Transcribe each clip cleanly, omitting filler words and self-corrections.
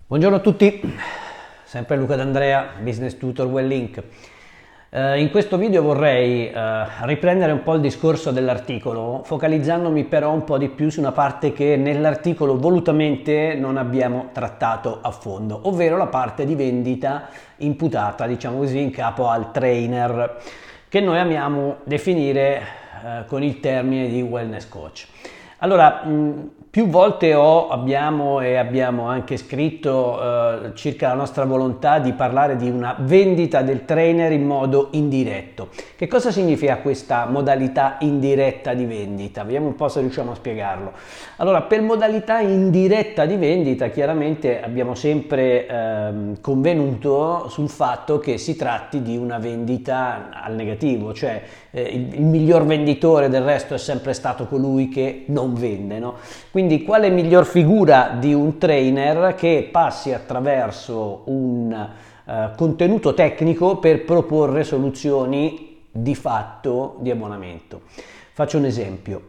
Buongiorno a tutti, sempre Luca D'Andrea, Business Tutor Wellink. In questo video vorrei riprendere un po' il discorso dell'articolo, focalizzandomi però un po' di più su una parte che nell'articolo volutamente non abbiamo trattato a fondo, ovvero la parte di vendita imputata, diciamo così, in capo al trainer, che noi amiamo definire con il termine di wellness coach. Allora, più volte abbiamo anche scritto circa la nostra volontà di parlare di una vendita del trainer in modo indiretto. Che cosa significa questa modalità indiretta di vendita? Vediamo un po' se riusciamo a spiegarlo. Allora, per modalità indiretta di vendita, chiaramente abbiamo sempre convenuto sul fatto che si tratti di una vendita al negativo, cioè il miglior venditore del resto è sempre stato colui che non vende, no? Quindi quale miglior figura di un trainer che passi attraverso un contenuto tecnico per proporre soluzioni di fatto di abbonamento. Faccio un esempio.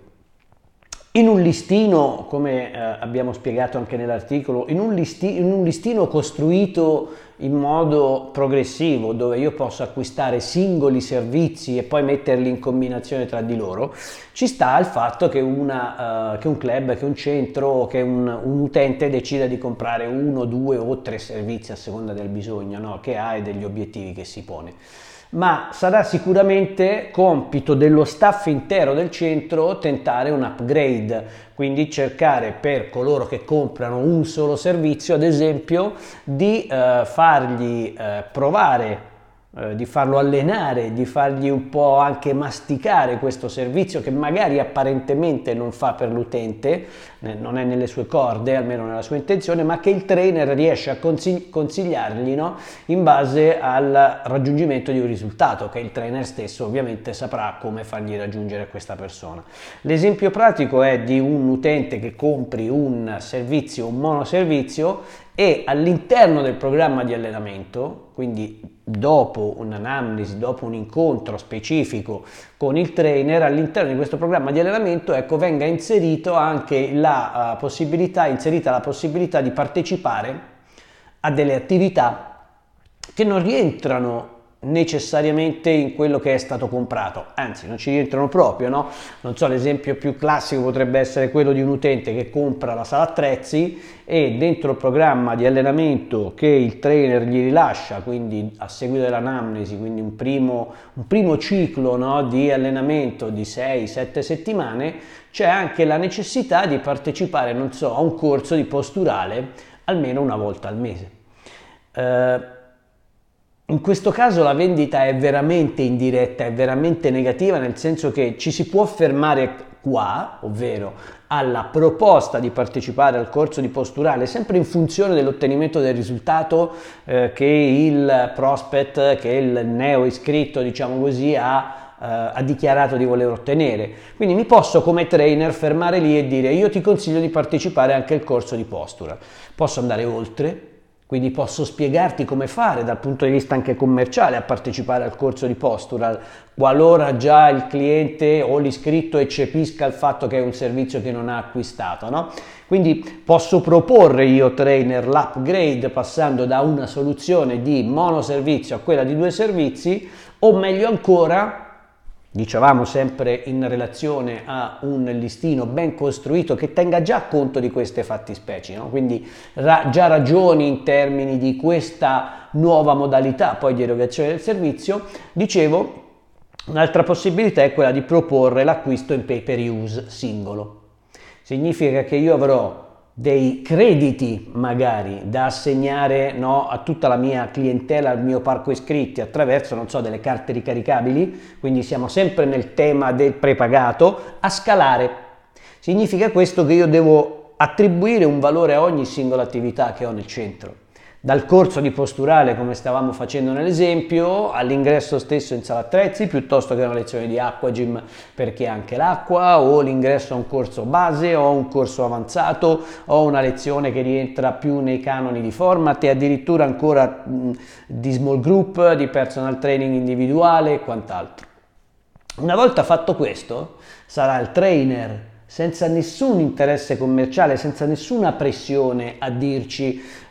In un listino, come abbiamo spiegato anche nell'articolo, in un listino costruito in modo progressivo, dove io posso acquistare singoli servizi e poi metterli in combinazione tra di loro, ci sta il fatto che un club, che un centro, che un utente decida di comprare uno, due o tre servizi a seconda del bisogno, no, che ha e degli obiettivi che si pone. Ma sarà sicuramente compito dello staff intero del centro tentare un upgrade, quindi cercare per coloro che comprano un solo servizio, ad esempio, di fargli provare, di farlo allenare, di fargli un po' anche masticare questo servizio che magari apparentemente non fa per l'utente, non è nelle sue corde, almeno nella sua intenzione, ma che il trainer riesce a consigliargli, no? In base al raggiungimento di un risultato che il trainer stesso ovviamente saprà come fargli raggiungere a questa persona. L'esempio pratico è di un utente che compri un servizio, un monoservizio, e all'interno del programma di allenamento, quindi dopo un'anamnesi, dopo un incontro specifico con il trainer, all'interno di questo programma di allenamento, ecco, venga inserito anche la possibilità di partecipare a delle attività che non rientrano necessariamente in quello che è stato comprato, anzi non ci rientrano proprio, no? Non so, l'esempio più classico potrebbe essere quello di un utente che compra la sala attrezzi e dentro il programma di allenamento che il trainer gli rilascia, quindi a seguito dell'anamnesi, quindi un primo ciclo, no, di allenamento di 6-7 settimane, c'è anche la necessità di partecipare, non so, a un corso di posturale almeno una volta al mese. In questo caso la vendita è veramente indiretta, è veramente negativa, nel senso che ci si può fermare qua, ovvero alla proposta di partecipare al corso di posturale, sempre in funzione dell'ottenimento del risultato che il prospect, che il neo iscritto, diciamo così, ha dichiarato di voler ottenere. Quindi mi posso come trainer fermare lì e dire: io ti consiglio di partecipare anche al corso di postura. Posso andare oltre. Quindi posso spiegarti come fare dal punto di vista anche commerciale a partecipare al corso di postural, qualora già il cliente o l'iscritto eccepisca il fatto che è un servizio che non ha acquistato, no? Quindi posso proporre io trainer l'upgrade passando da una soluzione di monoservizio a quella di due servizi, o meglio ancora, dicevamo sempre in relazione a un listino ben costruito che tenga già conto di queste fattispecie, no? Quindi già ragioni in termini di questa nuova modalità poi di erogazione del servizio. Dicevo, un'altra possibilità è quella di proporre l'acquisto in pay per use singolo. Significa che io avrò dei crediti magari da assegnare, no, a tutta la mia clientela, al mio parco iscritti attraverso, non so, delle carte ricaricabili, quindi siamo sempre nel tema del prepagato, a scalare. Significa questo che io devo attribuire un valore a ogni singola attività che ho nel centro. Dal corso di posturale, come stavamo facendo nell'esempio, all'ingresso stesso in sala attrezzi, piuttosto che una lezione di acquagym per chi ha anche l'acqua, o l'ingresso a un corso base o un corso avanzato, o una lezione che rientra più nei canoni di format, e addirittura ancora di small group, di personal training individuale e quant'altro. Una volta fatto questo, sarà il trainer senza nessun interesse commerciale, senza nessuna pressione a dirci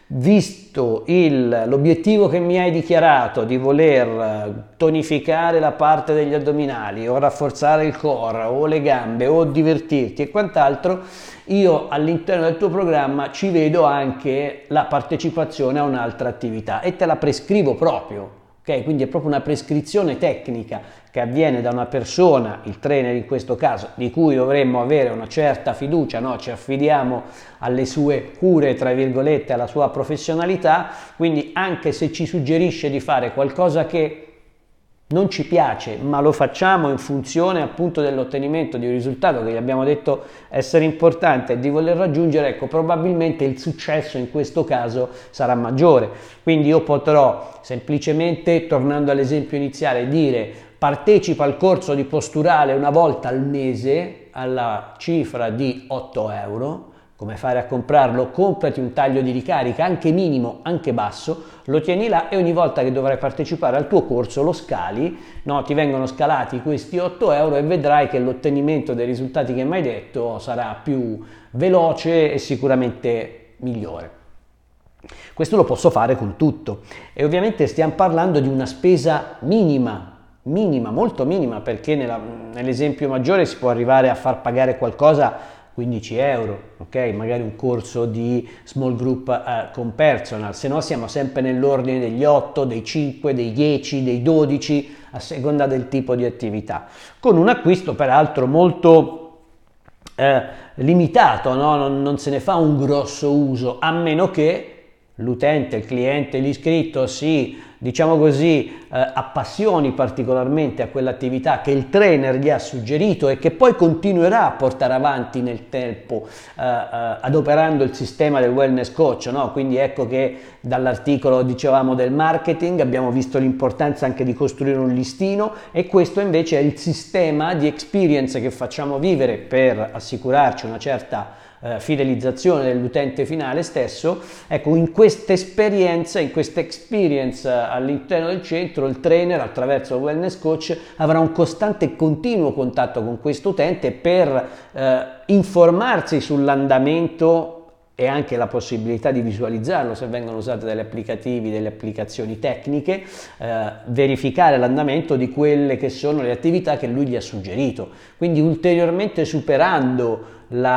visto l'obiettivo che mi hai dichiarato di voler tonificare la parte degli addominali o rafforzare il core o le gambe o divertirti e quant'altro, io all'interno del tuo programma ci vedo anche la partecipazione a un'altra attività e te la prescrivo proprio. Okay? Quindi è proprio una prescrizione tecnica che avviene da una persona, il trainer in questo caso, di cui dovremmo avere una certa fiducia, no? Ci affidiamo alle sue cure, tra virgolette, alla sua professionalità, quindi anche se ci suggerisce di fare qualcosa che non ci piace, ma lo facciamo in funzione appunto dell'ottenimento di un risultato che gli abbiamo detto essere importante e di voler raggiungere, ecco, probabilmente il successo in questo caso sarà maggiore. Quindi io potrò semplicemente, tornando all'esempio iniziale, dire partecipa al corso di posturale una volta al mese alla cifra di 8 euro. Come fare a comprarlo? Comprati un taglio di ricarica, anche minimo, anche basso, lo tieni là e ogni volta che dovrai partecipare al tuo corso lo scali, no? Ti vengono scalati questi 8 euro e vedrai che l'ottenimento dei risultati che mi hai detto sarà più veloce e sicuramente migliore. Questo lo posso fare con tutto e ovviamente stiamo parlando di una spesa minima, molto minima, perché nell'esempio maggiore si può arrivare a far pagare qualcosa 15 euro, ok? Magari un corso di small group con personal, se no siamo sempre nell'ordine degli 8, dei 5, dei 10, dei 12, a seconda del tipo di attività, con un acquisto peraltro molto limitato, no? Non se ne fa un grosso uso, a meno che l'utente, il cliente, l'iscritto si, diciamo così, appassioni particolarmente a quell'attività che il trainer gli ha suggerito e che poi continuerà a portare avanti nel tempo adoperando il sistema del wellness coach, no? Quindi ecco che dall'articolo dicevamo del marketing abbiamo visto l'importanza anche di costruire un listino e questo invece è il sistema di experience che facciamo vivere per assicurarci una certa fidelizzazione dell'utente finale stesso. Ecco, in questa esperienza, in questa experience all'interno del centro, il trainer attraverso il wellness coach avrà un costante e continuo contatto con questo utente per informarsi sull'andamento e anche la possibilità di visualizzarlo se vengono usate delle applicativi, delle applicazioni tecniche, verificare l'andamento di quelle che sono le attività che lui gli ha suggerito, quindi ulteriormente superando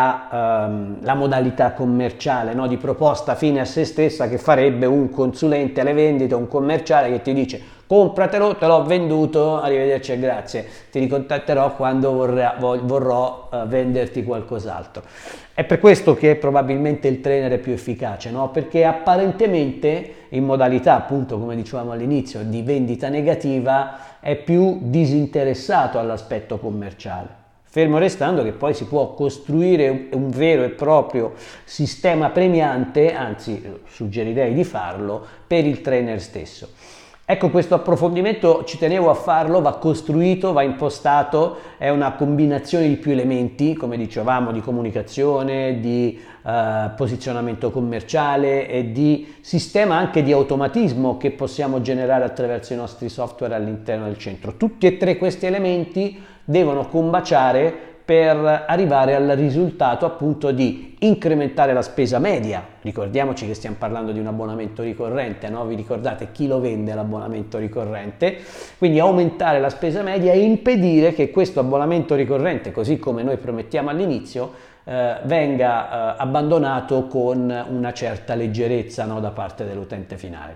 la modalità commerciale, no? Di proposta fine a se stessa che farebbe un consulente alle vendite, un commerciale che ti dice compratelo, te l'ho venduto, arrivederci e grazie, ti ricontatterò quando vorrò venderti qualcos'altro. È per questo che probabilmente il trainer è più efficace, no? Perché apparentemente in modalità, appunto come dicevamo all'inizio, di vendita negativa è più disinteressato all'aspetto commerciale. Fermo restando che poi si può costruire un vero e proprio sistema premiante, anzi suggerirei di farlo, per il trainer stesso. Ecco, questo approfondimento ci tenevo a farlo, va costruito, va impostato, è una combinazione di più elementi, come dicevamo, di comunicazione, di posizionamento commerciale e di sistema anche di automatismo che possiamo generare attraverso i nostri software all'interno del centro. Tutti e tre questi elementi devono combaciare per arrivare al risultato appunto di incrementare la spesa media. Ricordiamoci che stiamo parlando di un abbonamento ricorrente, no? Vi ricordate chi lo vende l'abbonamento ricorrente? Quindi aumentare la spesa media e impedire che questo abbonamento ricorrente, così come noi promettiamo all'inizio, venga abbandonato con una certa leggerezza, no? Da parte dell'utente finale.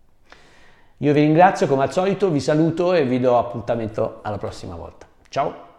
Io vi ringrazio come al solito, vi saluto e vi do appuntamento alla prossima volta. Ciao!